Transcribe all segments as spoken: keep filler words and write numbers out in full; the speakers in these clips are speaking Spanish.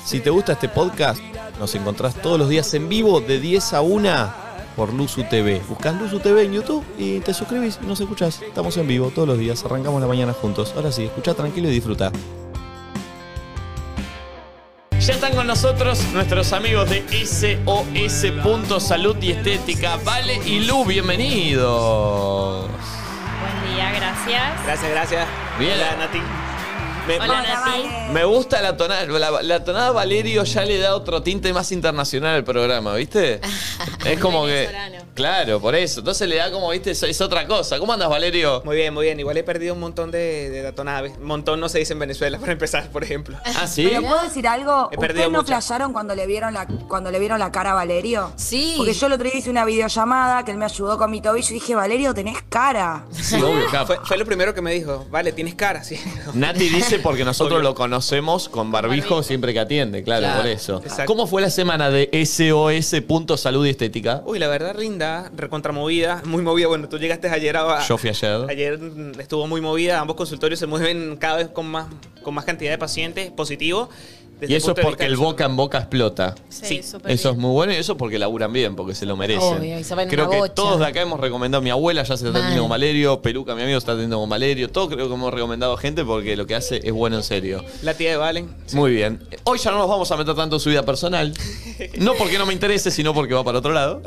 Si te gusta este podcast, nos encontrás todos los días en vivo de diez a una por Luzu T V. Buscás Luzu T V en YouTube y te suscribís y nos escuchás. Estamos en vivo todos los días, arrancamos la mañana juntos. Ahora sí, escuchá tranquilo y disfruta. Ya están con nosotros nuestros amigos de S O S Salud y Estética. Vale y Lu, bienvenidos. Buen día, gracias. Gracias, gracias. Bien. Hola, Nati. Me, Hola, Nati. Me gusta la tonada. La, la tonada Valerio ya le da otro tinte más internacional al programa, ¿viste? Es como que... Claro, por eso. Entonces le da como, ¿viste? Es, es otra cosa. ¿Cómo andas, Valerio? Muy bien, muy bien. Igual he perdido un montón de, de datonadas. Un montón no se dice en Venezuela, para empezar, por ejemplo. ¿Ah, sí? ¿Pero puedo decir algo? He perdido ¿Ustedes no muchas. flasharon cuando le vieron la cuando le vieron la cara a Valerio? Sí. Porque yo el otro día hice una videollamada que él me ayudó con mi tobillo y dije, Valerio, tenés cara. Sí, obvio, claro. Fue, fue lo primero que me dijo. Vale, tienes cara, sí. Nati dice porque nosotros Obvio. lo conocemos con barbijo, Barbijo. siempre que atiende, claro, Claro, por eso. exacto. ¿Cómo fue la semana de S O S Salud y Estética? Uy, la verdad, linda, recontramovida, muy movida. Bueno, tú llegaste ayer a... Yo fui ayer. Ayer mm, estuvo muy movida. Ambos consultorios se mueven cada vez con más, con más cantidad de pacientes positivos. Desde Y el eso es punto de porque vista el del- boca en boca explota. Sí, Sí, súper Eso es bien. muy bueno y eso porque laburan bien, porque se lo merecen. Obvio, y se ven Creo una que bocha. todos de acá hemos recomendado. Mi abuela ya se está Mal. atendiendo con Valerio, Peluca, mi amigo, está atendiendo con Valerio. Todo creo que hemos recomendado a gente porque lo que hace es bueno en serio. La tía de Valen. Muy bien. Hoy ya no nos vamos a meter tanto en su vida personal. No porque no me interese, sino porque va para otro lado.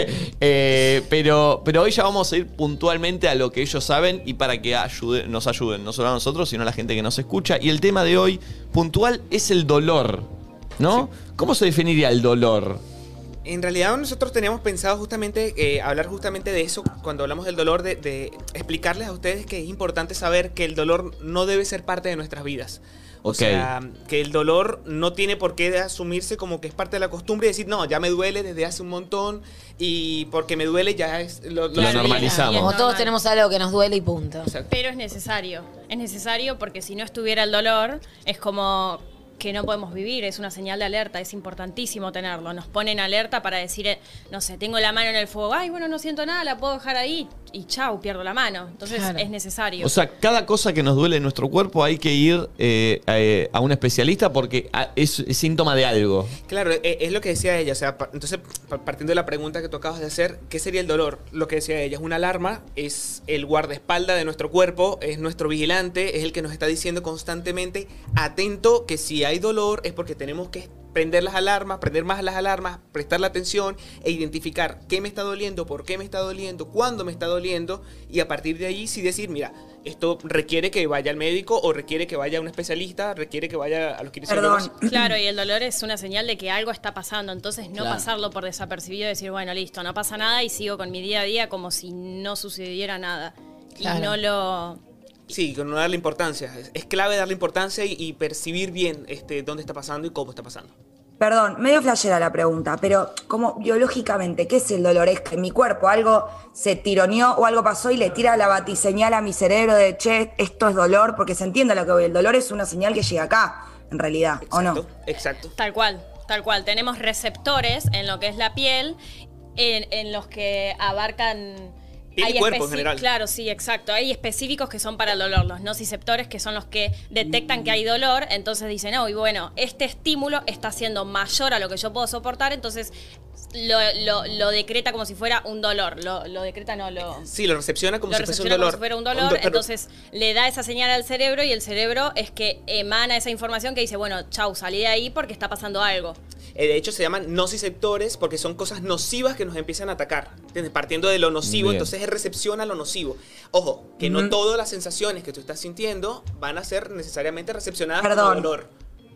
Eh, pero, pero hoy ya vamos a ir puntualmente a lo que ellos saben y para que ayude, nos ayuden, no solo a nosotros, sino a la gente que nos escucha. Y el tema de hoy, puntual, es el dolor. ¿No? ¿Cómo se definiría el dolor? En realidad nosotros teníamos pensado justamente eh, hablar justamente de eso cuando hablamos del dolor, de, de explicarles a ustedes que es importante saber que el dolor no debe ser parte de nuestras vidas. O Ok. sea, que el dolor no tiene por qué de asumirse como que es parte de la costumbre y decir, no, ya me duele desde hace un montón y porque me duele ya es... Lo, Lo Claro, normalizamos. y es Como todos normal. tenemos algo que nos duele y punto. Exacto. Pero es necesario. Es necesario porque si no estuviera el dolor, es como que no podemos vivir, es una señal de alerta, es importantísimo tenerlo. Nos pone en alerta para decir, eh, no sé, tengo la mano en el fuego, ay, bueno, no siento nada, la puedo dejar ahí y chau, pierdo la mano. Entonces Claro. es necesario. O sea, cada cosa que nos duele en nuestro cuerpo hay que ir eh, a, a un especialista porque ah, es, es síntoma de algo. Claro, e- es lo que decía ella. O sea, pa- entonces, pa- partiendo de la pregunta que tú acabas de hacer, ¿qué sería el dolor? Lo que decía ella es una alarma, es el guardaespaldas de nuestro cuerpo, es nuestro vigilante, es el que nos está diciendo constantemente, atento, que si hay dolor es porque tenemos que prender las alarmas, prender más las alarmas, prestarle atención e identificar qué me está doliendo, por qué me está doliendo, cuándo me está doliendo y a partir de ahí sí decir, mira, esto requiere que vaya al médico o requiere que vaya a un especialista, requiere que vaya a los kinesiólogos. Perdón. Claro, y el dolor es una señal de que algo está pasando, entonces no Claro. pasarlo por desapercibido y decir, bueno, listo, no pasa nada y sigo con mi día a día como si no sucediera nada. Claro. Y no lo... Sí, con no darle importancia. Es, es clave darle importancia y, y percibir bien este, dónde está pasando y cómo está pasando. Perdón, medio flashera la pregunta, pero como biológicamente, ¿qué es el dolor? ¿Es que en mi cuerpo algo se tironeó o algo pasó y le tira la batiseñal a mi cerebro de, che, esto es dolor? Porque se entiende lo que voy, el dolor es una señal que llega acá, en realidad, ¿o no? Exacto, exacto. Tal cual, tal cual. Tenemos receptores en lo que es la piel, en, en los que abarcan... Piel y hay cuerpo en especi- general. Claro, sí, exacto. Hay específicos que son para el dolor, los nociceptores que son los que detectan que hay dolor, entonces dicen, oh, y bueno, este estímulo está siendo mayor a lo que yo puedo soportar, entonces lo, lo, lo decreta como si fuera un dolor. Lo, lo decreta, no, lo... Sí, lo recepciona como lo si fuese un recepciona dolor. como si fuera un Un dolor, do- pero- entonces le da esa señal al cerebro y el cerebro es que emana esa información que dice, bueno, chau, salí de ahí porque está pasando algo. eh, de hecho, se llaman nociceptores porque son cosas nocivas que nos empiezan a atacar. ¿Entiendes? Partiendo de lo nocivo, Bien. entonces él recepciona lo nocivo. Ojo, que no todas las sensaciones que tú estás sintiendo van a ser necesariamente recepcionadas como Perdón. dolor.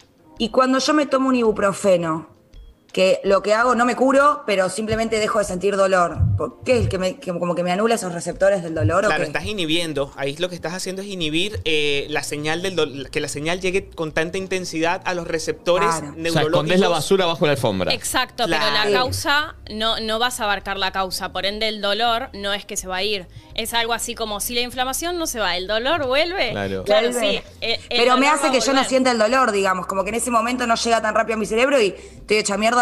Y cuando yo me tomo un ibuprofeno, que lo que hago no me curo, pero simplemente dejo de sentir dolor, ¿por qué es que, me, que como que me anula esos receptores del dolor? Claro, ¿o qué? estás inhibiendo. Ahí lo que estás haciendo es inhibir eh, la señal del dol- que la señal llegue con tanta intensidad a los receptores Claro. O sea, O sea, neurológicos. escondés la basura bajo la alfombra. Exacto, Claro. pero la causa, no, no vas a abarcar la causa, por ende el dolor no es que se va a ir. Es algo así como si la inflamación no se va, el dolor vuelve. Claro. Claro, Vuelve. sí. el- el Pero me dolor hace va a que yo no volver. sienta el dolor, digamos, como que en ese momento no llega tan rápido a mi cerebro y estoy hecha mierda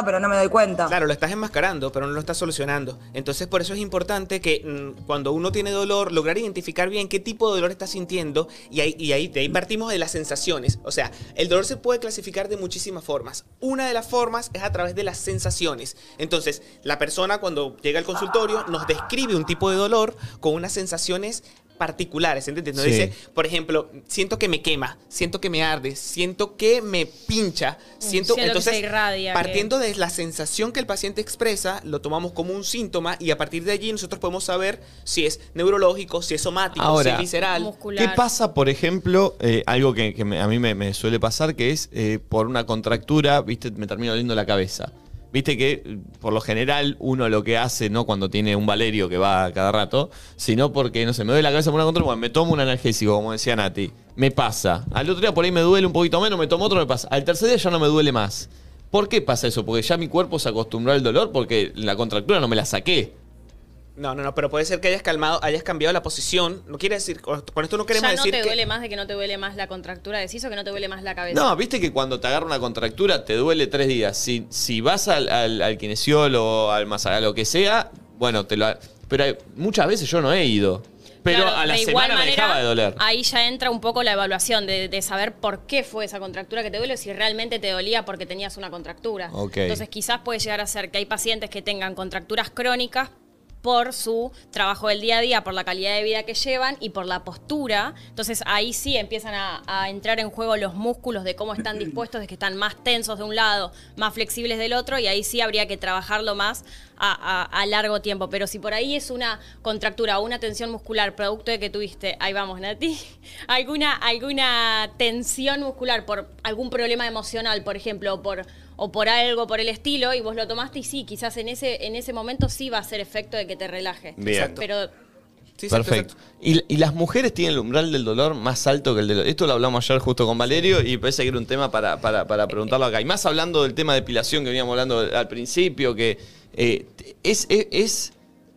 mierda, pero no me doy cuenta. Claro, lo estás enmascarando, pero no lo estás solucionando. Entonces, por eso es importante que mmm, cuando uno tiene dolor, lograr identificar bien qué tipo de dolor está sintiendo y ahí, y ahí, de ahí partimos de las sensaciones. O sea, el dolor se puede clasificar de muchísimas formas. Una de las formas es a través de las sensaciones. Entonces, la persona cuando llega al consultorio nos describe un tipo de dolor con unas sensaciones particulares, ¿entiendes? Nos Sí. dice, por ejemplo, siento que me quema, siento que me arde, siento que me pincha, siento, Siento que entonces, se irradia, partiendo de la sensación que el paciente expresa, lo tomamos como un síntoma y a partir de allí nosotros podemos saber si es neurológico, si es somático, Ahora, si es visceral. muscular. ¿Qué pasa, por ejemplo, eh, algo que, que me- a mí me, me suele pasar, que es eh, por una contractura, viste, me termina doliendo la cabeza? Viste que, por lo general, uno lo que hace, no cuando tiene un Valerio que va cada rato, sino porque, no sé, me duele la cabeza por una contractura, bueno, me tomo un analgésico, como decía Nati. Me pasa. Al otro día por ahí me duele un poquito menos, me tomo otro, me pasa. Al tercer día ya no me duele más. ¿Por qué pasa eso? Porque ya mi cuerpo se acostumbró al dolor, porque la contractura no me la saqué. No, no, no, pero puede ser que hayas calmado, hayas cambiado la posición. No quiere decir, con esto no queremos Ya no decir te que... duele más de que no te duele más la contractura, decís, o que no te duele más la cabeza. No, viste que cuando te agarra una contractura te duele tres días. Si, si vas al, al, al kinesiólogo, al masaje, a lo que sea, bueno, te lo... Pero hay- muchas veces yo no he ido. Pero Claro, a la de igual semana me manera, dejaba de doler. Ahí ya entra un poco la evaluación de, de saber por qué fue esa contractura que te duele, si realmente te dolía porque tenías una contractura. Ok. Entonces quizás puede llegar a ser que hay pacientes que tengan contracturas crónicas por su trabajo del día a día, por la calidad de vida que llevan y por la postura. Entonces ahí sí empiezan a, a entrar en juego los músculos de cómo están dispuestos, de que están más tensos de un lado, más flexibles del otro, y ahí sí habría que trabajarlo más a, a- a largo tiempo. Pero si por ahí es una contractura o una tensión muscular producto de que tuviste, ahí vamos, Nati, alguna, alguna tensión muscular por algún problema emocional, por ejemplo, o por o por algo por el estilo, y vos lo tomaste y sí, quizás en ese, en ese momento sí va a hacer efecto de que te relaje. Bien. Exacto. Pero Sí, exacto, Perfecto. exacto. Y, y las mujeres tienen el umbral del dolor más alto que el del... Esto lo hablamos ayer justo con Valerio y parece que era un tema para, para, para preguntarlo acá. Y más hablando del tema de depilación que veníamos hablando al principio, que eh, es, es, es...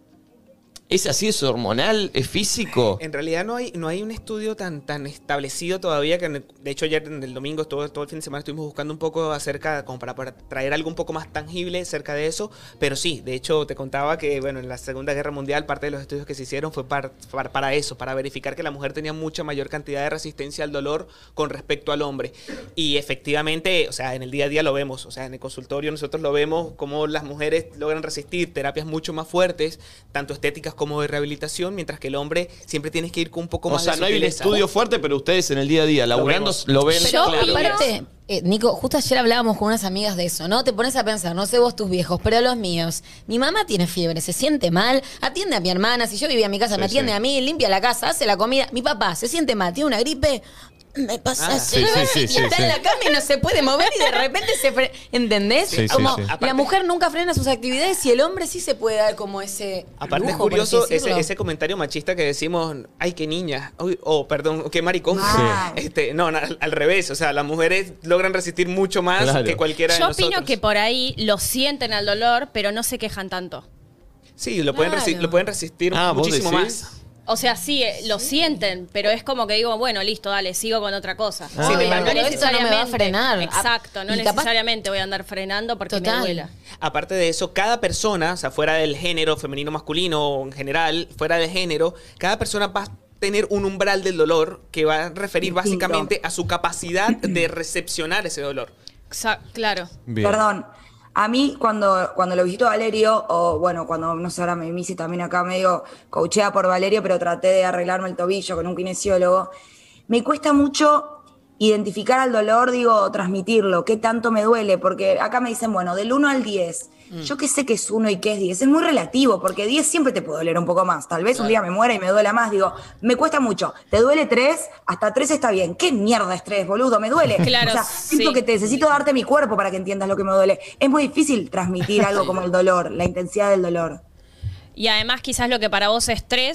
¿Es así? ¿Es hormonal? ¿Es físico? En realidad no hay, no hay un estudio tan, tan establecido todavía, que de hecho ayer en el domingo, todo, todo el fin de semana estuvimos buscando un poco acerca, como para, para traer algo un poco más tangible acerca de eso, pero sí, de hecho te contaba que bueno, en la Segunda Guerra Mundial parte de los estudios que se hicieron fue para, para, para eso, para verificar que la mujer tenía mucha mayor cantidad de resistencia al dolor con respecto al hombre. Y efectivamente, o sea, en el día a día lo vemos, o sea, en el consultorio nosotros lo vemos como las mujeres logran resistir terapias mucho más fuertes, tanto estéticas como de rehabilitación, mientras que el hombre siempre tienes que ir con un poco O más sea, de no hay un sutileza. estudio fuerte, pero ustedes en el día a día, laburando, vemos. lo, ven Yo, claro. aparte, eh, Nico, justo ayer hablábamos con unas amigas de eso, ¿no? Te pones a pensar, no sé vos tus viejos, pero los míos. Mi mamá tiene fiebre, se siente mal, atiende a mi hermana. Si yo vivía en mi casa, Sí, me atiende sí. a mí, limpia la casa, hace la comida. Mi papá se siente mal, tiene una gripe. Me pasa Ah, así. sí, sí, sí, y sí, está sí. en la cama y no se puede mover y de repente se fre- ¿entendés? Sí, sí, como sí. la Aparte- mujer nunca frena sus actividades y el hombre sí se puede dar como ese Aparte es lujo, por curioso así ese, decirlo. ese comentario machista que decimos, ay, qué niña, uy, oh, perdón, qué maricón. Mal. Este, no, na- al, al revés, o sea, las mujeres logran resistir mucho más Claro. que cualquiera yo de nosotros. opino que por ahí lo sienten al dolor, pero no se quejan tanto. Sí, lo pueden, Claro. resi- lo pueden resistir Ah, ¿vos muchísimo decís? más. O sea, sí, eh, lo sienten, pero es como que digo, bueno, listo, dale, sigo con otra cosa. Ah. Sin Obvio, embargo, pero eso no me va a frenar. Exacto, no Y capaz- necesariamente voy a andar frenando porque Total. me duela. Aparte de eso, cada persona, o sea, fuera del género femenino masculino o en general, fuera del género, cada persona va a tener un umbral del dolor que va a referir Distinto. básicamente a su capacidad de recepcionar ese dolor. Exa- claro. Bien. Perdón. A mí, cuando, cuando lo visito a Valerio, o bueno, cuando, no sé, ahora me hice también acá medio coacheada por Valerio, pero traté de arreglarme el tobillo con un kinesiólogo, me cuesta mucho identificar al dolor, digo, transmitirlo, qué tanto me duele, porque acá me dicen, bueno, del uno al diez, yo qué sé qué es uno y qué es diez, es muy relativo, porque diez siempre te puede doler un poco más, tal vez un día me muera y me duela más, digo, me cuesta mucho, ¿te duele tres? Hasta tres está bien, ¿qué mierda es tres, boludo? Me duele. Claro, o sea, siento sí. que te necesito darte mi cuerpo para que entiendas lo que me duele. Es muy difícil transmitir algo como el dolor, la intensidad del dolor. Y además quizás lo que para vos es tres,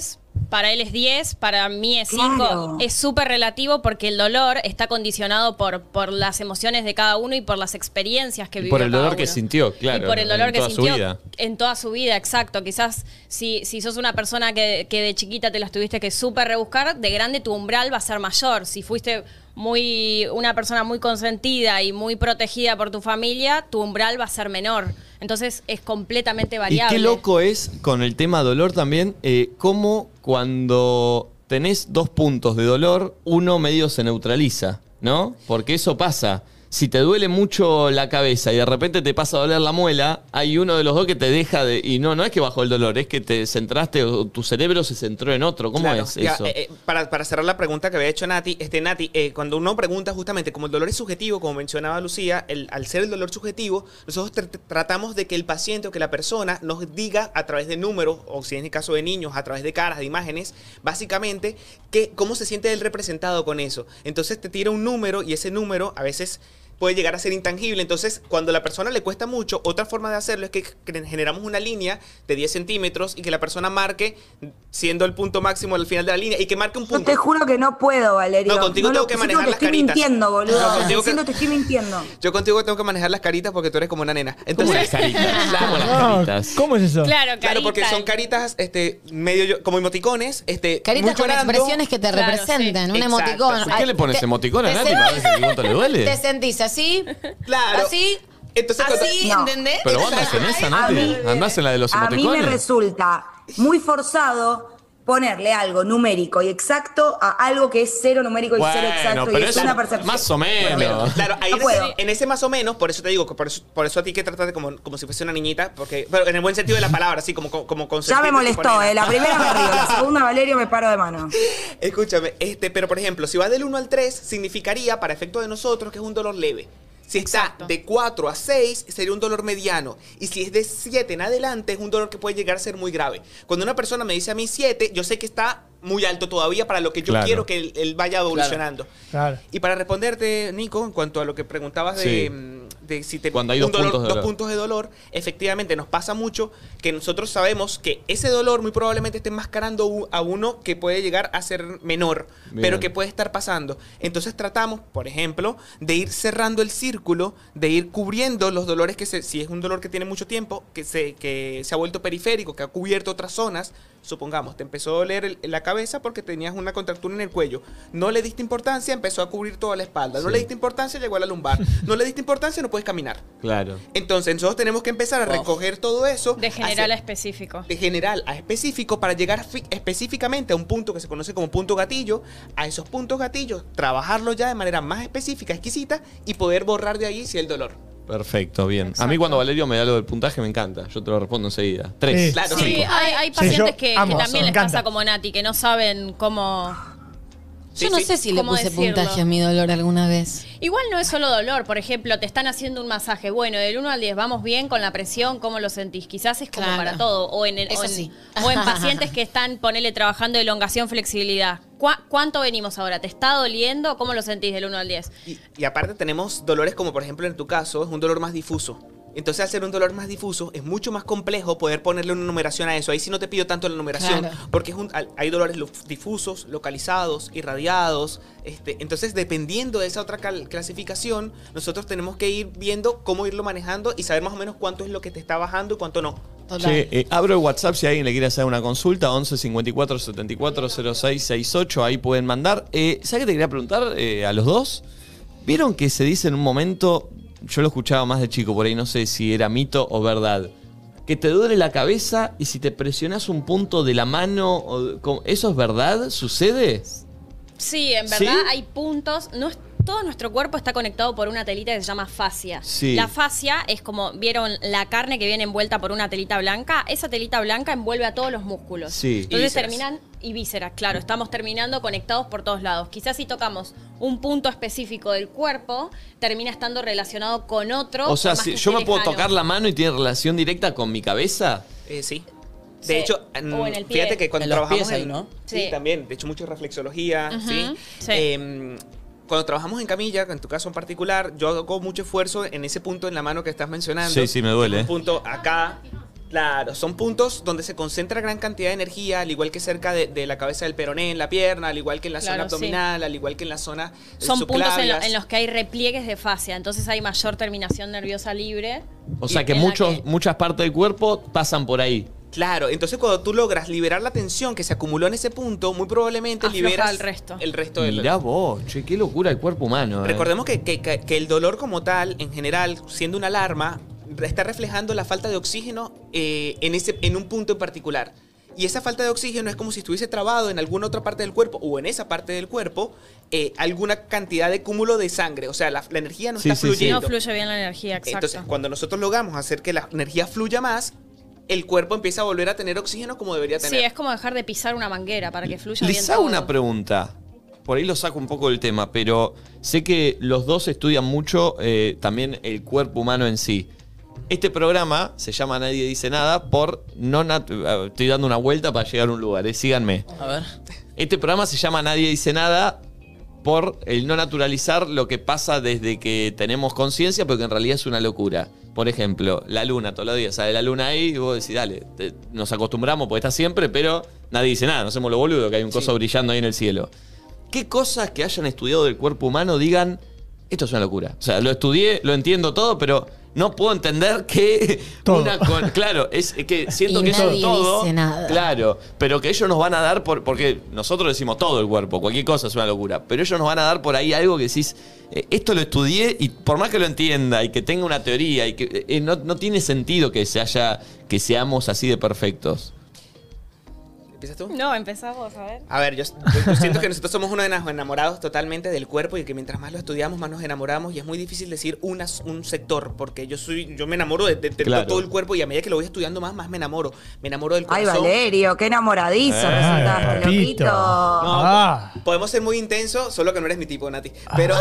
para él es diez, para mí es cinco. Claro. Es súper relativo porque el dolor está condicionado por, por las emociones de cada uno y por las experiencias que Y vivió por el cada dolor que uno. sintió, claro, Y por el dolor en que toda su sintió vida. en toda su vida, exacto. Quizás si, si sos una persona que, que de chiquita te las tuviste que súper rebuscar, de grande tu umbral va a ser mayor. Si fuiste muy una persona muy consentida y muy protegida por tu familia, tu umbral va a ser menor. Entonces es completamente variable. Y qué loco es con el tema dolor también, eh, cómo cuando tenés dos puntos de dolor, uno medio se neutraliza, ¿no? Porque eso pasa. Si te duele mucho la cabeza y de repente te pasa a doler la muela, hay uno de los dos que te deja de... Y no, no es que bajó el dolor, es que te centraste, o tu cerebro se centró en otro. ¿Cómo Claro, es ya, eso? eh, eh, para, para cerrar la pregunta que había hecho Nati, este Nati, eh, cuando uno pregunta justamente, como el dolor es subjetivo, como mencionaba Lucía, el, al ser el dolor subjetivo, nosotros tr- tratamos de que el paciente o que la persona nos diga a través de números, o si es el caso de niños, a través de caras, de imágenes, básicamente, que, cómo se siente él representado con eso. Entonces te tira un número y ese número a veces puede llegar a ser intangible. Entonces, cuando a la persona le cuesta mucho, otra forma de hacerlo es que generamos una línea de diez centímetros y que la persona marque, siendo el punto máximo al final de la línea, y que marque un Yo punto. te juro que no puedo, Valerio. No, contigo tengo lo- que yo manejar te las estoy caritas. mintiendo, boludo. No, contigo Diciendo que- te estoy mintiendo. Yo contigo tengo que manejar las caritas porque tú eres como una nena. ¿Cómo Entonces, las caritas? ¿Cómo las Ah, caritas? ¿Cómo es eso? Claro, Claro, porque carita. son caritas este, medio yo- como emoticones. Este, Caritas muy con llorando. expresiones que te Claro, representan, sí. un Exacto, emoticón. sí. ¿Por qué le pones Te- emoticón a te Nati sen- para ver si cuánto le duele? Te sentís así, Claro. así, Entonces, cuando- así, No. ¿entendés? Pero vos andás en esa, Nati. mí- Andás en la de los A mí me emoticones. resulta muy forzado ponerle algo numérico y exacto a algo que es cero numérico y cero Bueno, exacto pero y es eso una percepción. más o menos. Claro, ahí No en, puedo. ese, en ese más o menos, por eso te digo, que por eso, por eso a ti que tratas como, como si fuese una niñita, porque, pero en el buen sentido de la palabra, así como, como, como Ya me consentirte, molestó, tipo nena. eh. La primera me río, la segunda, Valerio, me paro de mano. Escúchame, este, pero por ejemplo, si va del uno al tres, significaría, para efecto de nosotros, que es un dolor leve. Si está Exacto. de cuatro a seis, sería un dolor mediano. Y si es de siete en adelante, es un dolor que puede llegar a ser muy grave. Cuando una persona me dice a mí siete, yo sé que está muy alto todavía para lo que yo Claro. quiero que él, él vaya evolucionando. Claro. Y para responderte, Nico, en cuanto a lo que preguntabas de, Sí. mm, de si te Cuando hay un dos dolor- puntos de dos dolor. puntos de dolor, efectivamente nos pasa mucho que nosotros sabemos que ese dolor muy probablemente esté enmascarando u- a uno que puede llegar a ser menor, Bien. pero que puede estar pasando. Entonces tratamos, por ejemplo, de ir cerrando el círculo, de ir cubriendo los dolores que se, si es un dolor que tiene mucho tiempo, que se, que se ha vuelto periférico, que ha cubierto otras zonas. Supongamos, te empezó a doler el- la cabeza porque tenías una contractura en el cuello. No le diste importancia, empezó a cubrir toda la espalda. No Sí. le diste importancia, llegó a la lumbar. No le diste importancia, no puedes caminar. Claro. Entonces, nosotros tenemos que empezar a recoger todo eso. De general hacer- a específico. de general a específico para llegar fi- específicamente a un punto que se conoce como punto gatillo. A esos puntos gatillos, trabajarlo ya de manera más específica, exquisita y poder borrar de ahí si el dolor. Perfecto, bien. A mí Exacto. cuando Valerio me da lo del puntaje me encanta. Yo te lo respondo enseguida. Tres. Sí. Claro. Sí, Cinco. hay, hay Sí, pacientes yo que, que amo, también me les pasa encanta. como Nati, que no saben cómo... Sí, Yo no sí. sé si le ¿Cómo puse decirlo? puntaje a mi dolor alguna vez. Igual no es solo dolor, por ejemplo, te están haciendo un masaje. Bueno, del uno al diez, ¿vamos bien con la presión? ¿Cómo lo sentís? Quizás es como Claro. para todo. O en, el- Eso o en, sí. o en pacientes que están, ponele, trabajando elongación, flexibilidad. ¿Cuá- ¿Cuánto venimos ahora? ¿Te está doliendo? ¿Cómo lo sentís del uno al diez? Y, y aparte tenemos dolores como por ejemplo en tu caso, es un dolor más difuso. Entonces al ser un dolor más difuso es mucho más complejo poder ponerle una numeración a eso. Ahí sí no te pido tanto la numeración, Claro. porque es un- al- hay dolores lo- difusos, localizados, irradiados. Este, entonces dependiendo de esa otra cal- clasificación, nosotros tenemos que ir viendo cómo irlo manejando y saber más o menos cuánto es lo que te está bajando y cuánto no. Total. Che, eh, abro el WhatsApp si alguien le quiere hacer una consulta, once cincuenta y cuatro setenta y cuatro cero seis sesenta y ocho, ahí pueden mandar. Eh, ¿Sabes qué te quería preguntar eh, a los dos? ¿Vieron que se dice en un momento, yo lo escuchaba más de chico, por ahí no sé si era mito o verdad, que te duele la cabeza y si te presionas un punto de la mano, o- con- ¿eso es verdad? ¿Sucede? Sí, en ¿Sí? verdad hay puntos. No es- todo nuestro cuerpo está conectado por una telita que se llama fascia. Sí. La fascia es como, ¿vieron la carne que viene envuelta por una telita blanca? Esa telita blanca envuelve a todos los músculos. Sí. Entonces Y vísceras. terminan, y vísceras, claro, estamos terminando conectados por todos lados. Quizás si tocamos un punto específico del cuerpo, termina estando relacionado con otro. O sea, por más si que yo esté me puedo lejano. tocar la mano y tiene relación directa con mi cabeza. Eh, sí. De Sí. hecho, O mm, en el pie. fíjate que cuando En los trabajamos pies ahí, en- ¿no? Sí, Sí. también. De hecho, mucho reflexología, Ujú, ¿sí? sí. Em, cuando trabajamos en camilla, en tu caso en particular, yo hago mucho esfuerzo en ese punto en la mano que estás mencionando. Sí, sí, me duele. Un punto acá, Claro, son puntos donde se concentra gran cantidad de energía, al igual que cerca de, de la cabeza del peroné, en la pierna, al igual que en la Claro, zona abdominal, al igual que en la zona Son puntos en, lo- subclavias. en los que hay repliegues de fascia, entonces hay mayor terminación nerviosa libre. O sea Y que, en la muchos, que- muchas partes del cuerpo pasan por ahí. Claro, entonces cuando tú logras liberar la tensión que se acumuló en ese punto, muy probablemente Afloja liberas el resto. el resto del Mirá vos, che, qué locura el cuerpo humano. eh. Recordemos que, que- que- que el dolor como tal, en general, siendo una alarma, está reflejando la falta de oxígeno eh, en, ese, en un punto en particular. Y esa falta de oxígeno es como si estuviese trabado en alguna otra parte del cuerpo o en esa parte del cuerpo eh, alguna cantidad de cúmulo de sangre. O sea, la, la energía no Sí, está sí, sí. fluyendo. No fluye bien la energía, exacto. Entonces, cuando nosotros logramos hacer que la energía fluya más, el cuerpo empieza a volver a tener oxígeno como debería tener. Sí, es como dejar de pisar una manguera para que fluya bien Les hago todo. una pregunta. Por ahí lo saco un poco del tema, pero sé que los dos estudian mucho eh, también el cuerpo humano en sí. Este programa se llama Nadie Dice Nada por no nat- eh, estoy dando una vuelta para llegar a un lugar, eh, síganme. A ver. Este programa se llama Nadie Dice Nada por el no naturalizar lo que pasa desde que tenemos conciencia, porque en realidad es una locura. Por ejemplo, la luna, todos los días sale la luna ahí y vos decís, dale, te- nos acostumbramos porque está siempre, pero nadie dice nada, no hacemos lo boludo, que hay un coso brillando ahí en el cielo. ¿Qué cosas que hayan estudiado del cuerpo humano digan, esto es una locura? O sea, lo estudié, lo entiendo todo, pero no puedo entender que Todo. una con- claro, es, es que siento Y que eso nadie es todo. dice nada. Claro, pero que ellos nos van a dar por, porque nosotros decimos todo el cuerpo, cualquier cosa es una locura, pero ellos nos van a dar por ahí algo que decís, eh, esto lo estudié y por más que lo entienda y que tenga una teoría y que eh, no, no tiene sentido que se haya, que seamos así de perfectos. ¿Empiezas tú? No, empezamos, a ver. A ver, yo, yo- yo siento que nosotros somos unos enamorados totalmente del cuerpo y que mientras más lo estudiamos, más nos enamoramos. Y es muy difícil decir una, un sector, porque yo soy yo me enamoro de, de- de Claro. todo el cuerpo y a medida que lo voy estudiando más, más me enamoro. Me enamoro del Ay, corazón. Valerio, qué enamoradizo Eh, resultaste, papito. loquito. No, Ah. podemos ser muy intensos, solo que no eres mi tipo, Nati. Pero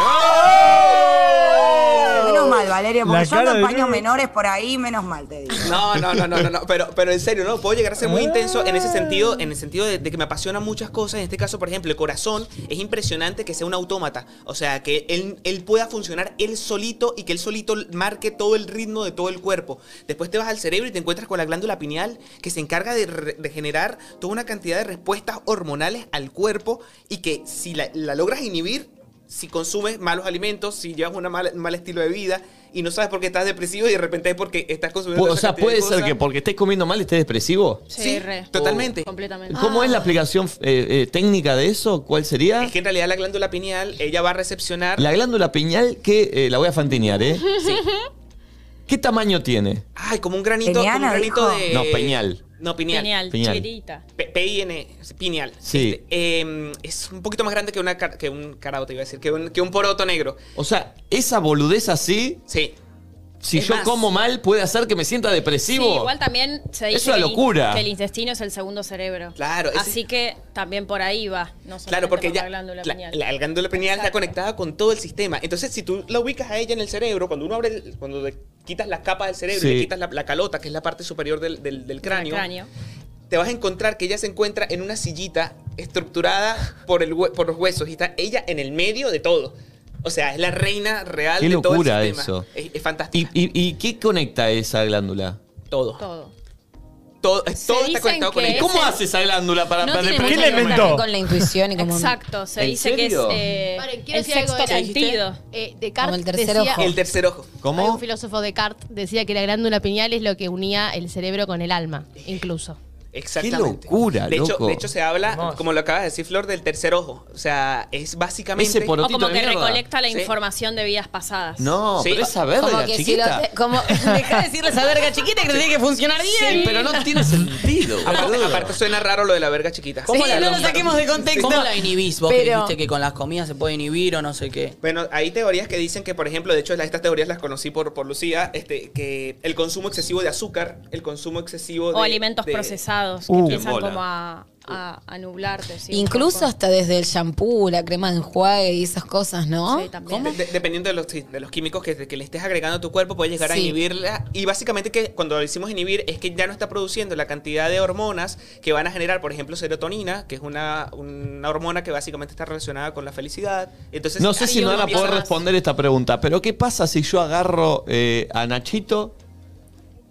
Menos mal, Valerio, porque La yo cara ando de en paños Lulu. menores por ahí, menos mal te digo. No, no, no, no, no, no. Pero, pero en serio, ¿no? Puedo llegar a ser muy intenso en ese sentido, en el sentido de, de que me apasionan muchas cosas. En este caso, por ejemplo, el corazón es impresionante que sea un autómata. O sea, que él, él pueda funcionar él solito y que él solito marque todo el ritmo de todo el cuerpo. Después te vas al cerebro y te encuentras con la glándula pineal que se encarga de, re- de generar toda una cantidad de respuestas hormonales al cuerpo y que si la, la logras inhibir, si consumes malos alimentos, si llevas un mal, mal estilo de vida y no sabes por qué estás depresivo y de repente es porque estás consumiendo O esa sea, cantidad de puede ser cosas. que porque estés comiendo mal estés depresivo. Sí, Sí, re. totalmente. Completamente. ¿Cómo es la aplicación eh, eh, técnica de eso? ¿Cuál sería? Es que en realidad la glándula pineal, ella va a recepcionar... La glándula pineal que eh, la voy a fantinear, ¿eh? Sí. ¿Qué tamaño tiene? Ay, como un granito, como un Peniana, granito dijo. de... No, peñal. No, pineal. Genial, Piñal. chiquitita. P- P-I-N, pineal. Sí. Este, eh, es un poquito más grande que, una, car- que un carabote, iba a decir, que un, que un poroto negro. O sea, esa boludez así, Sí. si Es yo más. como mal, puede hacer que me sienta Sí, depresivo. igual también se dice Es una que el in- locura. que el intestino es el segundo cerebro. Claro, ese- Así que también por ahí va. No Claro, porque ya ya la glándula la, pineal. la glándula pineal está Exacto. conectada con todo el sistema. Entonces, si tú la ubicas a ella en el cerebro, cuando uno abre, el- cuando le quitas las capas del cerebro Sí. y le quitas la, la calota, que es la parte superior del, del- del cráneo, El cráneo. te vas a encontrar que ella se encuentra en una sillita estructurada por, el, hue- por los huesos y está ella en el medio de todo. O sea, es la reina real Qué de todo el locura sistema. eso. Es, es ¿Y, fantástico. y, y qué conecta esa glándula? todo. Todo. Todo, Se todo está dicen conectado con que ella. es ¿Cómo el- hace esa glándula para, No para tiene depresión? ¿Quién la mucho que ver inventó? con la intuición y como Exacto, se ¿En dice serio? que es eh, Paren, quiero el decir algo sexto de la- sentido. Eh, Descartes Como el tercer decía, ojo. El tercer ojo. Hay ¿Cómo? un filósofo Descartes decía que la glándula pineal es lo que unía el cerebro con el alma, incluso. Exactamente. Qué locura, de hecho, loco. de hecho, se habla, Hermoso. como lo acaba de decir Flor, del tercer ojo. O sea, es básicamente... Ese por- O Porotito como de que mierda. recolecta la Sí. información de vidas pasadas. No, Sí. pero esa verga, Como que si lo chiquita. te- como deja de decirle esa verga chiquita que te tiene que funcionar bien. Sí, pero no tiene sentido. Aparte, boludo. aparte suena raro lo de la verga chiquita. Sí, ¿Cómo la no lo logra? saquemos de contexto. ¿Cómo la inhibís vos que Pero- dijiste que con las comidas se puede inhibir o no sé qué? Bueno, hay teorías que dicen que, por ejemplo, de hecho, la- estas teorías las conocí por, por Lucía, este, que el consumo excesivo de azúcar, el consumo excesivo de... O alimentos de- procesados Uh. que empiezan Bola. como a, a, a nublarte. sí, un Incluso poco. hasta desde el shampoo, la crema de enjuague y esas cosas, ¿no? Sí, también. De- de- dependiendo de los, sí, de los químicos que, que le estés agregando a tu cuerpo, puede llegar a Sí. inhibirla. Y básicamente que cuando decimos inhibir es que ya no está produciendo la cantidad de hormonas que van a generar, por ejemplo, serotonina, que es una, una hormona que básicamente está relacionada con la felicidad. Entonces, No sé ahí si me uno van a poder empieza- responder esta pregunta, pero ¿qué pasa si yo agarro eh, a Nachito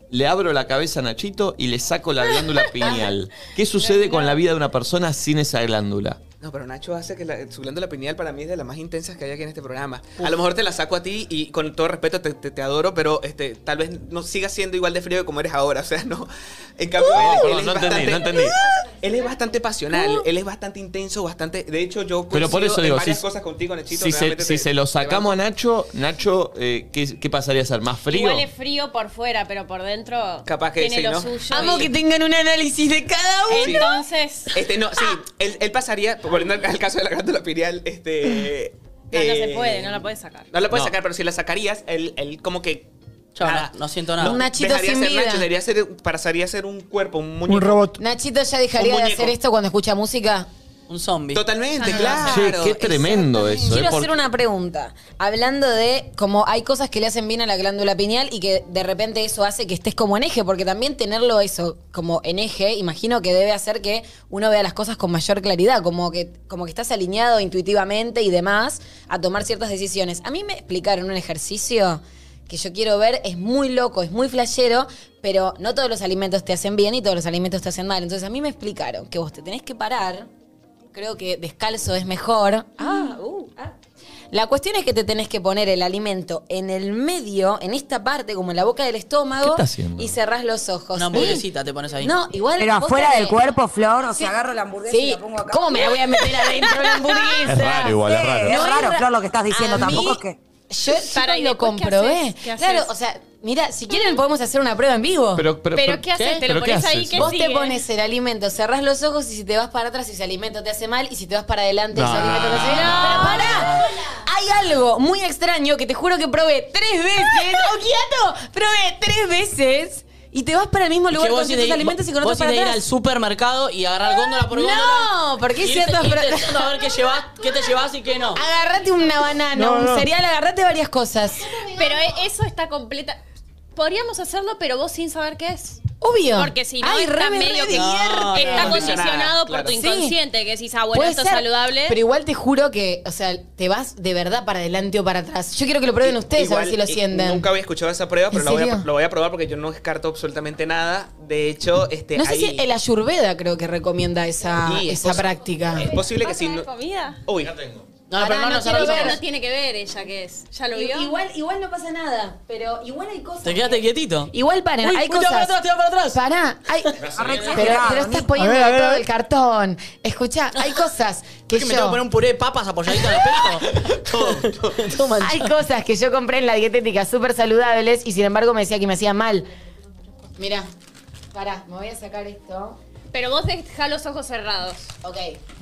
le abro la cabeza a Nachito y le saco la glándula pineal. ¿Qué sucede con la vida de una persona sin esa glándula? No, pero Nacho hace que la, su glándula pineal para mí es de las más intensas que hay aquí en este programa. A lo mejor te la saco a ti y con todo respeto te, te, te adoro, pero este, tal vez no sigas siendo igual de frío como eres ahora. O sea, no. En cambio, Uh, él, perdón, él es no entendí, bastante, no entendí. Él es bastante pasional, él es bastante intenso, bastante. De hecho, yo Pero por eso coincido digo, en varias si, cosas contigo, Nachito. si, se, realmente si te- se lo te sacamos a banco. Nacho, Nacho, eh, ¿qué, ¿qué pasaría a ser? ¿Más frío? Igual es frío por fuera, pero por dentro Capaz que tiene sí, lo ¿no? suyo. Amo y- que tengan un análisis de cada uno. Entonces, Este, no, sí, él, él pasaría, volviendo al, al caso de la glándula pineal, este. no, no eh, se puede, no la puedes sacar. No la puedes No. sacar, pero si la sacarías, él, él como que. Chao, nada, no, no siento nada. Un Nachito dejaría sin ser vida. Nacho, debería ser, pasaría a ser un cuerpo, un muñeco. Un robot. Nachito ya dejaría Un de muñeco. hacer esto cuando escucha música. Un zombie. Totalmente, Ah, claro. Che, qué tremendo eso. Quiero eh, porque- hacer una pregunta. Hablando de como hay cosas que le hacen bien a la glándula pineal y que de repente eso hace que estés como en eje, porque también tenerlo eso como en eje, imagino que debe hacer que uno vea las cosas con mayor claridad, como que, como que estás alineado intuitivamente y demás a tomar ciertas decisiones. A mí me explicaron un ejercicio que yo quiero ver, es muy loco, es muy flashero, pero no todos los alimentos te hacen bien y todos los alimentos te hacen mal. Entonces a mí me explicaron que vos te tenés que parar. Creo que descalzo es mejor. Ah, uh, ah. La cuestión es que te tenés que poner el alimento en el medio, en esta parte, como en la boca del estómago. ¿Qué está haciendo? Y cerrás los ojos. Una hamburguesita te pones ahí. No, igual. Pero posta afuera que- del cuerpo, Flor, o Sí. sea, agarro la hamburguesa y Sí, la pongo acá. ¿cómo me la voy a meter adentro de la hamburguesa? Es raro igual, es raro. Es No, raro, ra- Flor, lo que estás diciendo. a Tampoco mí- es que... Yo Para, chicos, ¿y lo después qué comprobé. haces? ¿Qué haces? Claro, o sea, mira, si quieren podemos hacer una prueba en vivo. Pero, pero, Pero, ¿qué haces? Te lo ¿Pero qué pones ahí, haces? ¿qué Vos sigue? te pones el alimento, cerrás los ojos y si te vas para atrás ese alimento te hace mal y si te vas para adelante ese No. alimento te hace bien. Pero pará, hay algo muy extraño que te juro que probé tres veces. ¡Oquiato! Probé tres veces y te vas para el mismo Es lugar que con vos ciertos de- alimentos y con vos otros para de ir al atrás. supermercado y agarrar góndola por góndola. No, porque hay irte- ciertos... irte echando a ver qué llevas, qué te llevas y qué no. Agarrate una banana, No, un no. cereal, agarrate varias cosas. Pero e- eso está completa. Podríamos hacerlo, pero vos sin saber qué es. Obvio. Porque si no Ay, está re me medio re que divierte. No, está no, condicionado por claro. tu Sí. inconsciente, que decís, ah, bueno, Puede esto ser, es saludable. Pero igual te juro que, o sea, te vas de verdad para adelante o para atrás. Yo quiero que lo prueben ustedes a ver si lo y- sienten. Nunca había escuchado esa prueba, pero ¿En lo voy, a, serio? lo voy a probar porque yo no descarto absolutamente nada. De hecho, este, No sé ahí- si el Ayurveda creo que recomienda esa, Sí, es esa posi- práctica. Es posible que ¿Vas si a ver no. comida? Uy, No, Pará, pero no, no no, quiero cerrá los ver. ojos. No tiene que ver ella qué es. ¿Ya lo vio? Igual, igual no pasa nada, pero igual hay cosas. Te quedaste que- quietito. Igual paren, Uy, hay uy, te va para cosas. atrás, te va para atrás. Pará, hay. Re Pero, exagerado, pero estás Nico. poniendo A ver, a ver, todo a ver. el cartón. Escuchá, hay cosas que ¿Es que me tengo que yo. poner un puré de papas apoyadito en el pecho? todo, todo, todo manchado. Hay cosas que yo compré en la dietética súper saludables y sin embargo me decía que me hacían mal. Mirá, pará, me voy a sacar esto. Pero vos dejá los ojos cerrados. Ok.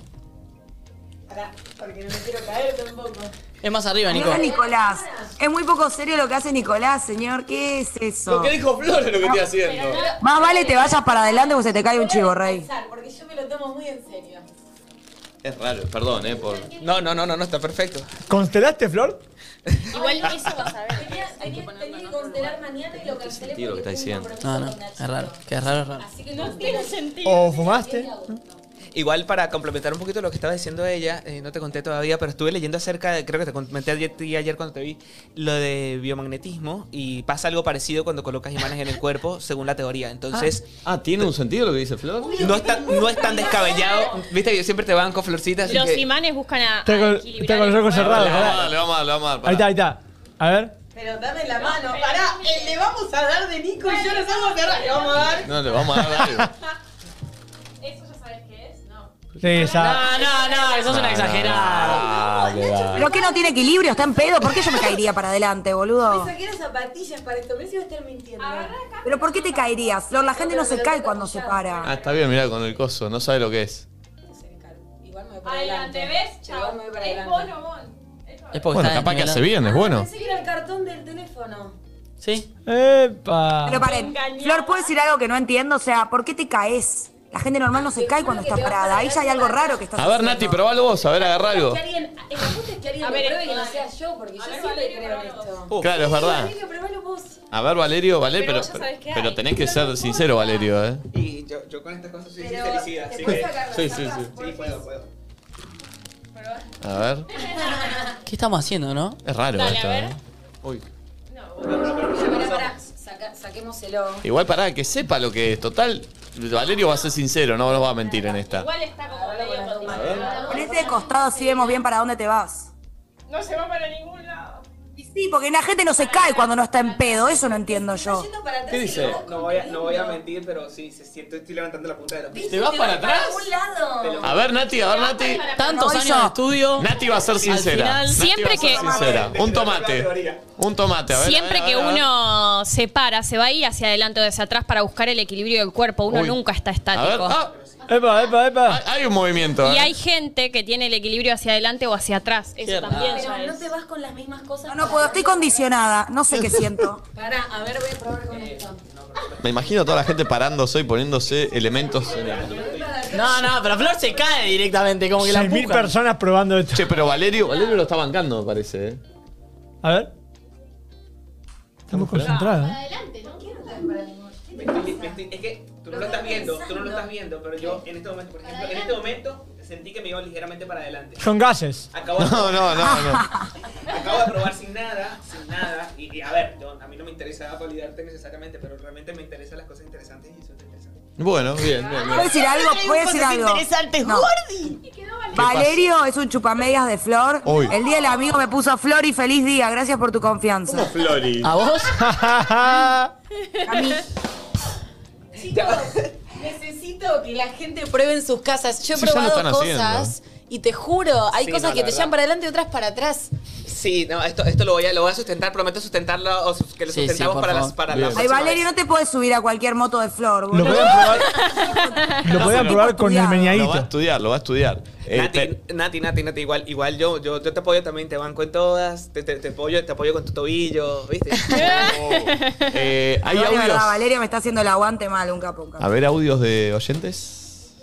Pará, porque no me quiero caer tampoco. Es más arriba, Nico. Mira, Nicolás. Es muy poco serio lo que hace Nicolás, señor. ¿Qué es eso? Lo que dijo Flor es lo que estoy haciendo. Más vale te vayas para adelante porque se te cae un chivo, rey. Porque yo me lo tomo muy en serio. Es raro, perdón, eh, por... no, no, no, no, no, está perfecto. ¿Constelaste, Flor? Igual eso vas a ver. Tenía, tenía, tenía que constelar mañana y lo cancelé sentido lo que porque está tengo un diciendo. No, no, compromiso es raro. con Nachito. Que es raro, es raro. Así que No no tiene sentido. ¿O fumaste? Igual para complementar un poquito lo que estaba diciendo ella, eh, no te conté todavía, pero estuve leyendo acerca, de, creo que te comenté ayer, ayer cuando te vi, lo de biomagnetismo y pasa algo parecido cuando colocas imanes en el cuerpo, según la teoría. Entonces, Ah, ¿tiene un sentido lo que dice Flor? no, es tan, no es tan descabellado. Viste que yo siempre te banco, Florcita. así Los que- imanes buscan a, Está a con, equilibrar está con los el ojos cuerpo. cerrados. Le vamos a pará. dar, le vamos a dar, le vamos a dar. Ahí está, ahí está. A ver. Pero dame la mano, pará, eh, le vamos a dar de Nico y yo nos vamos a cerrar. Le vamos a dar. No, le vamos a dar algo. ¿Eso ya sabes qué es? No. Sí, ya. No, no, no, eso es una exagerada. Dale, dale. ¿Pero que no tiene equilibrio? ¿Está en pedo? ¿Por qué yo me caería para adelante, boludo? Saqué las zapatillas para esto, pero si voy a estar mintiendo. ¿Pero por qué te caerías, Flor? La gente no se cae cuando se Ah, para. está bien, mirá, con el coso, no sabe lo que es. Igual me voy para Adelante, adelante. ¿ves? Igual Chao. me voy para Es adelante. bon o bon. Es porque Bueno, está capaz que desnivelado. hace bien, es bueno. Pensé que era el cartón del teléfono. Sí. Epa. Pero paren, Flor, ¿puedo decir algo que no entiendo? O sea, ¿por qué te caes? La gente normal no se cae cuando está parada. Ahí ya hay algo raro que estás A ver, haciendo. Nati, probalo vos, a ver, agarra algo. Que alguien, el punto es que alguien A lo ver, pruebe que no dale. sea yo, porque yo siempre creo en esto. Claro, es verdad. Valerio, probalo vos. A ver, Valerio, Vale, Pero pero, vos ya sabés qué pero hay. tenés que ser sincero, Valerio, ¿eh? Y yo, yo con estas cosas soy Pero felicidad, te así puedes que... sacar las Sí, sí, zapas, sí. Sí, porfis. puedo, puedo. A ver. ¿Qué estamos haciendo, no? Es raro Dale, esto, a ver. ¿eh? Uy. Pará, pará, saca Saca- saquémoselo. Igual pará, que sepa lo que es. Total, Valerio va a ser sincero, no nos va a mentir en esta. Igual está como medio condicionado. Ponete de costado así vemos bien para dónde te vas. No se va para ningún lado. Y sí, porque la gente no se cae cuando no está en pedo, eso no entiendo yo. ¿Qué dice? No voy, a, no voy a mentir, pero sí, se siento, estoy levantando la punta de los pies. ¿Te vas para atrás? un lado. A ver, Nati, a ver, Nati. Tantos voy años yo. de estudio. Nati va a ser sincera. final, Nati siempre va a ser que- sincera. Un tomate. Un tomate, a ver. Siempre a ver, que a ver, a ver. uno se para, se va a ir hacia adelante o hacia atrás para buscar el equilibrio del cuerpo. Uno Uy. nunca está A ver, estático. ah, Epa, epa, epa. hay- hay un movimiento. Y ¿eh? hay gente que tiene el equilibrio hacia adelante o hacia atrás. Eso Qué también Pero ya no es. te vas con las mismas cosas. No, no puedo, estoy condicionada, no sé qué siento. Pará, a ver, voy a probar con esto. Me imagino a toda la gente parándose y poniéndose elementos en el... No, no, pero Flor se cae directamente, como que la seis mil empujan. personas probando esto. Che, pero Valerio, Valerio lo está bancando, me parece, ¿eh? A ver. Estamos concentrados. ¿eh? Adelante, ¿no? Me estoy- me estoy- es que tú no lo estás viendo, tú no lo estás viendo, pero yo en este momento, por ejemplo, en este momento sentí que me iba ligeramente para adelante. Son gases. Acabo de, No, no, no, no. acabo de probar sin nada, sin nada, y, y a ver, yo, a mí no me interesa validarte necesariamente, pero realmente me interesan las cosas interesantes y eso es interesante. Bueno, bien, bien, ¿Puedo bien. decir algo? ¿Puedo decir algo? Interesantes, No. Gordi. Valerio es un chupamedias de Flor. Uy. El día del amigo me puso Flor y feliz día. Gracias por tu confianza. Flori. ¿A vos? A mí. Chicos, necesito que la gente pruebe en sus casas. Yo he Sí, ya lo probado están cosas haciendo. y te juro, hay Sí, cosas no, que la te verdad. llevan para adelante y otras para atrás. Sí, no, esto, esto lo voy a, lo voy a sustentar, prometo sustentarlo, o sus- que lo Sí, sí, sustentamos por para favor. las para Bien. la Ay, próxima Valerio, vez. no te puedes subir a cualquier moto de Flor, Lo boludo. podían probar, lo podían probar con el estudiado. Lo va a meñadito. estudiar, lo va a estudiar. Eh, Nati, pe- Nati, Nati, Nati, igual, igual yo, yo, yo te apoyo también, te banco en todas, te, te, te apoyo, te apoyo con tu tobillo, ¿viste? eh, ¿Hay No, de audios? verdad, Valerio me está haciendo el aguante mal, un capo. un capo. A ver, audios de oyentes.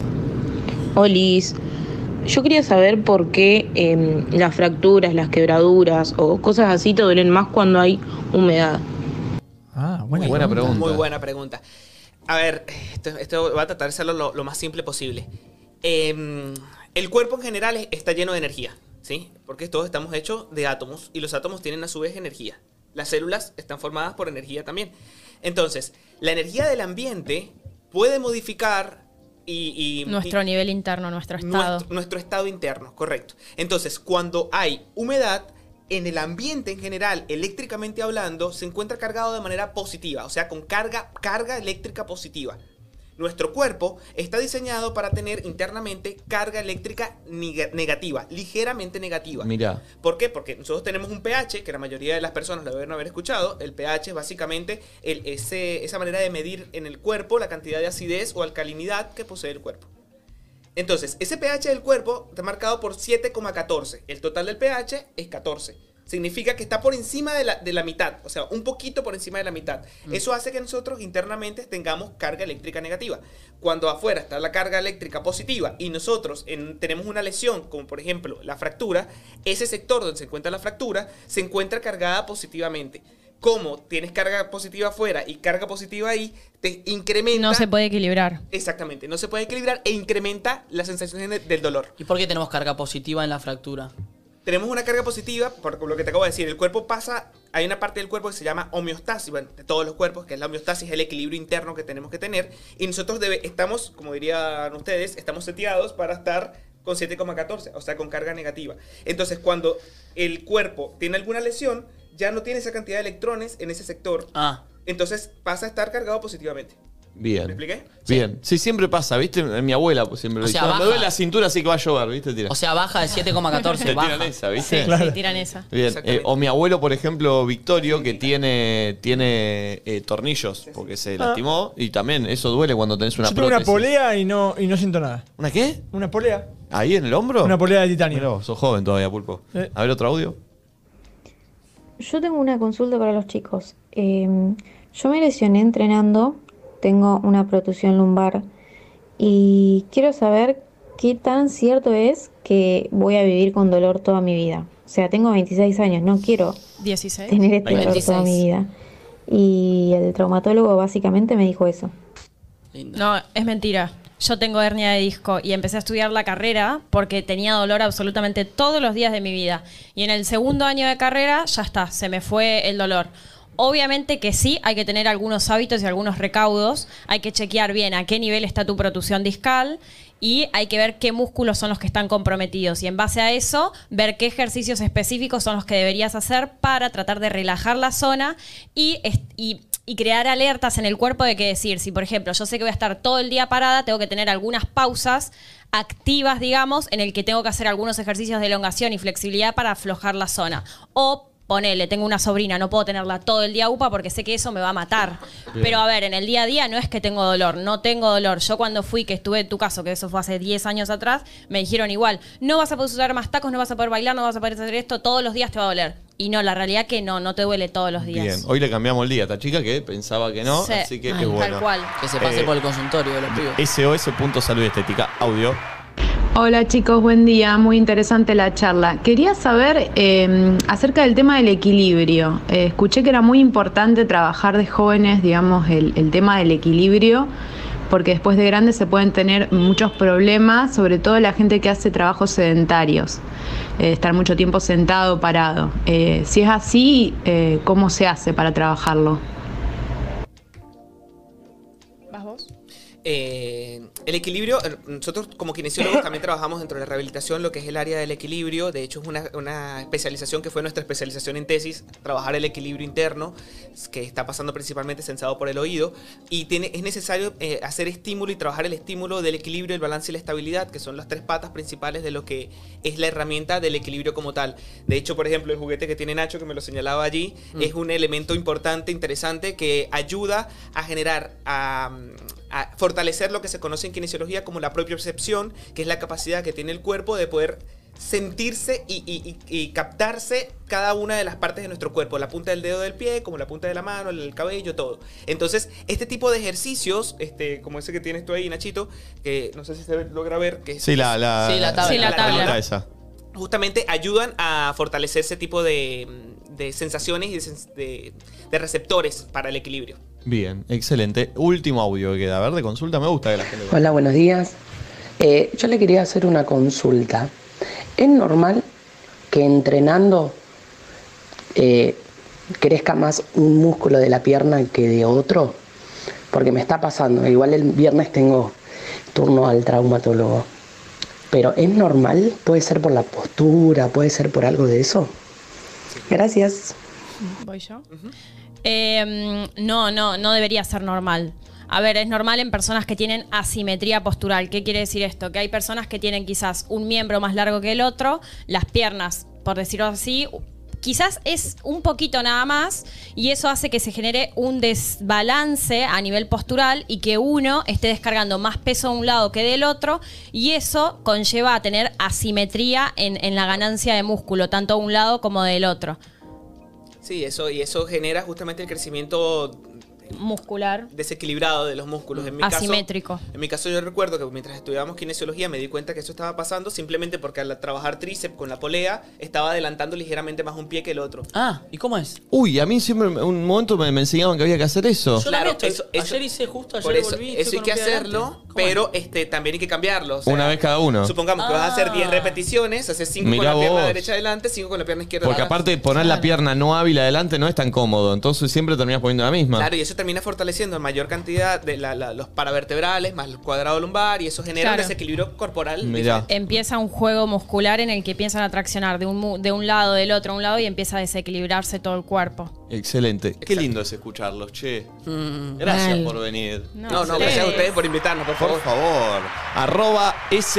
Olis, yo quería saber por qué em, las fracturas, las quebraduras o cosas así te duelen más cuando hay humedad. Ah, buena, Buena pregunta. pregunta. Muy buena pregunta. A ver, esto, esto va a tratar de hacerlo lo, lo más simple posible. Eh, el cuerpo en general es- está lleno de energía, ¿sí? Porque todos estamos hechos de átomos y los átomos tienen a su vez energía. Las células están formadas por energía también. Entonces, la energía del ambiente puede modificar y... y- Nuestro y- nivel interno, nuestro estado. Nuestro, nuestro estado interno, correcto. Entonces, cuando hay humedad, en el ambiente en general, eléctricamente hablando, se encuentra cargado de manera positiva, o sea, con carga, carga eléctrica positiva. Nuestro cuerpo está diseñado para tener internamente carga eléctrica neg- negativa, ligeramente negativa. Mira. ¿Por qué? Porque nosotros tenemos un pH, que la mayoría de las personas lo deben haber escuchado. El pH es básicamente el, ese, esa manera de medir en el cuerpo la cantidad de acidez o alcalinidad que posee el cuerpo. Entonces, ese pH del cuerpo está marcado por siete coma catorce. El total del pH es catorce. Significa que está por encima de la, de la mitad, o sea, un poquito por encima de la mitad. Mm. Eso hace que nosotros internamente tengamos carga eléctrica negativa. Cuando afuera está la carga eléctrica positiva y nosotros en, tenemos una lesión, como por ejemplo la fractura, ese sector donde se encuentra la fractura se encuentra cargada positivamente. Como tienes carga positiva afuera y carga positiva ahí, te incrementa... No se puede equilibrar. Exactamente, no se puede equilibrar e incrementa la sensación de- del dolor. ¿Y por qué tenemos carga positiva en la fractura? Tenemos una carga positiva, por lo que te acabo de decir, el cuerpo pasa, hay una parte del cuerpo que se llama homeostasis, bueno, de todos los cuerpos, que es la homeostasis, el equilibrio interno que tenemos que tener, y nosotros debe, estamos, como dirían ustedes, estamos seteados para estar con siete coma catorce, o sea, con carga negativa. Entonces, cuando el cuerpo tiene alguna lesión, ya no tiene esa cantidad de electrones en ese sector, Ah, entonces pasa a estar cargado positivamente. Bien. ¿Me expliqué? Bien. Sí, siempre pasa, ¿viste? Mi abuela pues, siempre O lo dice. sea, "Cuando me baja. duele la cintura, así que va a llover", ¿viste? Tira. o sea, baja de siete coma catorce, Te tiran baja. esa, ¿viste? Sí, Claro. sí, tiran esa. Bien, Exactamente. eh, o mi abuelo, por ejemplo, Victorio, que tiene, tiene eh, tornillos porque se lastimó y también eso duele cuando tenés una Yo tengo una prótesis. polea y no, y no siento nada. ¿Una qué? Una polea. ¿Ahí en el hombro? Una polea de titanio. Mirá vos, sos joven todavía, Pulpo. Eh. A ver, otro audio. Yo tengo una consulta para los chicos. Eh, yo me lesioné entrenando, tengo una protusión lumbar y quiero saber qué tan cierto es que voy a vivir con dolor toda mi vida. O sea, tengo veintiséis años, no quiero dieciséis. tener este dolor veintiséis. toda mi vida. Y el traumatólogo básicamente me dijo eso. Lindo. No, es mentira. Yo tengo hernia de disco y empecé a estudiar la carrera porque tenía dolor absolutamente todos los días de mi vida. Y en el segundo año de carrera ya está, se me fue el dolor. Obviamente que sí, hay que tener algunos hábitos y algunos recaudos. Hay que chequear bien a qué nivel está tu protusión discal y hay que ver qué músculos son los que están comprometidos. Y en base a eso, ver qué ejercicios específicos son los que deberías hacer para tratar de relajar la zona y, y, y crear alertas en el cuerpo de que decir, si por ejemplo yo sé que voy a estar todo el día parada, tengo que tener algunas pausas activas, digamos, en el que tengo que hacer algunos ejercicios de elongación y flexibilidad para aflojar la zona. O ponele, tengo una sobrina, no puedo tenerla todo el día upa porque sé que eso me va a matar. Bien. Pero a ver, en el día a día no es que tengo dolor, no tengo dolor. Yo cuando fui, que estuve en tu caso, que eso fue hace diez años atrás, me dijeron igual, no vas a poder usar más tacos, no vas a poder bailar, no vas a poder hacer esto, todos los días te va a doler. Y no, la realidad que no, no te duele todos los días. Bien, hoy le cambiamos el día a esta chica que pensaba que no, Sí. así que Ay, es bueno. tal cual. Que se pase Eh, por el consultorio de los pibes. S O S punto salud y estética, audio. Hola chicos, buen día, muy interesante la charla. Quería saber eh, acerca del tema del equilibrio. Eh, escuché que era muy importante trabajar de jóvenes, digamos, el, el tema del equilibrio, porque después de grandes se pueden tener muchos problemas, sobre todo la gente que hace trabajos sedentarios, eh, estar mucho tiempo sentado, parado. Eh, si es así, eh, ¿cómo se hace para trabajarlo? ¿Vas vos? Eh, el equilibrio, nosotros como kinesiólogos también trabajamos dentro de la rehabilitación lo que es el área del equilibrio. De hecho es una, una especialización que fue nuestra especialización en tesis, trabajar el equilibrio interno, que está pasando principalmente sensado por el oído, y tiene, es necesario eh, hacer estímulo y trabajar el estímulo del equilibrio, el balance y la estabilidad, que son las tres patas principales de lo que es la herramienta del equilibrio como tal. De hecho, por ejemplo, el juguete que tiene Nacho, que me lo señalaba allí, mm. es un elemento importante, interesante, que ayuda a generar, a, a fortalecer lo que se conoce en kinesiología como la propiocepción, que es la capacidad que tiene el cuerpo de poder sentirse y, y, y, y captarse cada una de las partes de nuestro cuerpo, la punta del dedo del pie, como la punta de la mano, el cabello, todo. Entonces, este tipo de ejercicios, este, como ese que tienes tú ahí, Nachito, que no sé si se logra ver, que es, Sí, la, la, Sí, la tabla. Sí, la tabla. esa. justamente ayudan a fortalecer ese tipo de, de sensaciones y de, sens- de, de receptores para el equilibrio. Bien, excelente. Último audio que queda. A ver, de consulta, me gusta que la gente... Hola, buenos días. Eh, yo le quería hacer una consulta. ¿Es normal que entrenando eh, crezca más un músculo de la pierna que de otro? Porque me está pasando. Igual el viernes tengo turno al traumatólogo. Pero ¿es normal? ¿Puede ser por la postura? ¿Puede ser por algo de eso? Gracias. ¿Voy yo? Uh-huh. eh, no, no, no debería ser normal. A ver, es normal en personas que tienen asimetría postural. ¿Qué quiere decir esto? Que hay personas que tienen quizás un miembro más largo que el otro, las piernas, por decirlo así, quizás es un poquito nada más, y eso hace que se genere un desbalance a nivel postural y que uno esté descargando más peso de un lado que del otro, y eso conlleva a tener asimetría en, en la ganancia de músculo, tanto de un lado como del otro. Sí, eso, y eso genera justamente el crecimiento muscular desequilibrado de los músculos. En mi asimétrico. Caso, en mi caso yo recuerdo que mientras estudiábamos kinesiología me di cuenta que eso estaba pasando simplemente porque al trabajar tríceps con la polea estaba adelantando ligeramente más un pie que el otro. Ah, ¿y cómo es? Uy, a mí siempre un momento me, me enseñaban que había que hacer eso. Yo Claro, estoy, eso, eso, ayer hice justo, ayer por eso, volví. eso hay que hacerlo, pero este, también hay que cambiarlo. O sea, una vez cada uno. Supongamos que vas a hacer diez repeticiones, haces cinco Mirá con la pierna vos. derecha adelante, cinco con la pierna izquierda Porque atrás. aparte poner la pierna no hábil adelante no es tan cómodo, entonces siempre terminas poniendo la misma. Claro, y eso termina fortaleciendo en mayor cantidad de la, la, los paravertebrales más el cuadrado lumbar, y eso genera Claro. un desequilibrio corporal. Mirá. Empieza un juego muscular en el que empiezan a traccionar de un, mu- de un lado, del otro a un lado, y empieza a desequilibrarse todo el cuerpo. Excelente. Qué lindo es escucharlos, che. Gracias Mal. por venir. No, no, no gracias a ustedes por invitarnos, por favor. Por favor. Arroba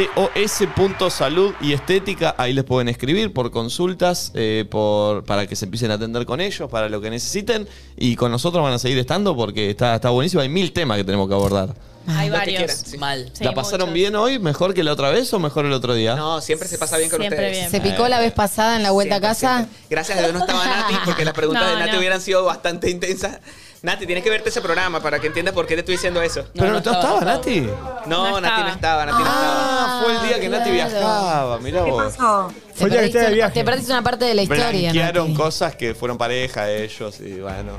sos.salud y estética. Ahí les pueden escribir por consultas, eh, por, para que se empiecen a atender con ellos, para lo que necesiten. Y con nosotros van a seguir estando porque está, está buenísimo. Hay mil temas que tenemos que abordar. Hay Lo que varios. quieran, sí. Mal. Sí, ¿La pasaron muchos. bien hoy? ¿Mejor que la otra vez o mejor el otro día? No, siempre se pasa bien con Siempre ustedes. bien. ¿Se picó la vez pasada en la vuelta Siempre, a casa? siempre. Gracias a Dios no estaba Nati, porque las preguntas No, de Nati no. hubieran sido bastante intensas. Nati, tienes que verte ese programa para que entiendas por qué te estoy diciendo eso. ¿Pero no, no estaba, estaba, Nati? No, No Nati no estaba, Nati no estaba. Ah, fue el día que Nati claro. viajaba. Mirá ¿Qué vos. pasó? Fue el día que estaba de viaje. Te perdiste una parte de la historia. Blanquearon Nati. cosas que fueron pareja ellos y bueno.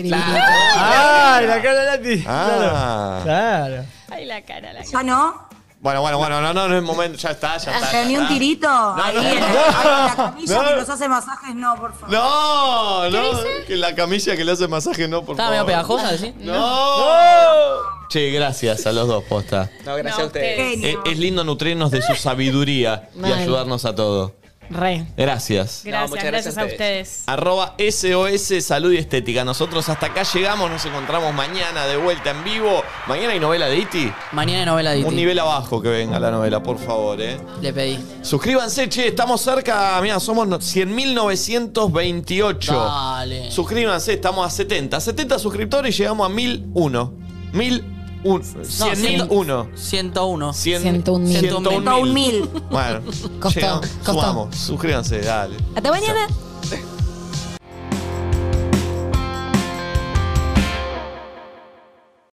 ¡Ay, la cara de Nati! Ah. Claro. Claro. Ay, la cara, la cara. ¿Ya no? Bueno, bueno, bueno, no, no, no es momento, ya está, ya está. ¿Tenía ya un está. tirito? Ahí no, en, no. la, en la camilla No. que nos hace masajes, no, por favor. No, no, que la camilla que le hace masaje no, por Estaba favor. medio pegajosa, ¿sí? No. Che, gracias a los dos, posta. No, gracias No, a ustedes. ustedes. Es, es lindo nutrirnos de su sabiduría y Mal. ayudarnos a todo. Re. Gracias. Gracias, muchas gracias gracias a a ustedes. Arroba S O S Salud y Estética. Nosotros hasta acá llegamos, nos encontramos mañana de vuelta en vivo. Mañana hay novela de Iti. Mañana hay novela de Un Iti. nivel abajo que venga la novela, por favor, eh. Le pedí. Suscríbanse, che, estamos cerca, mira, somos cien mil novecientos veintiocho. Dale. Suscríbanse, estamos a setenta. setenta suscriptores y llegamos a mil uno. mil uno. cien mil uno. ciento uno. ciento un mil. ciento un Ciento un mil. Bueno, Costó, llegamos, costó. sumamos. Suscríbanse, dale. Hasta mañana.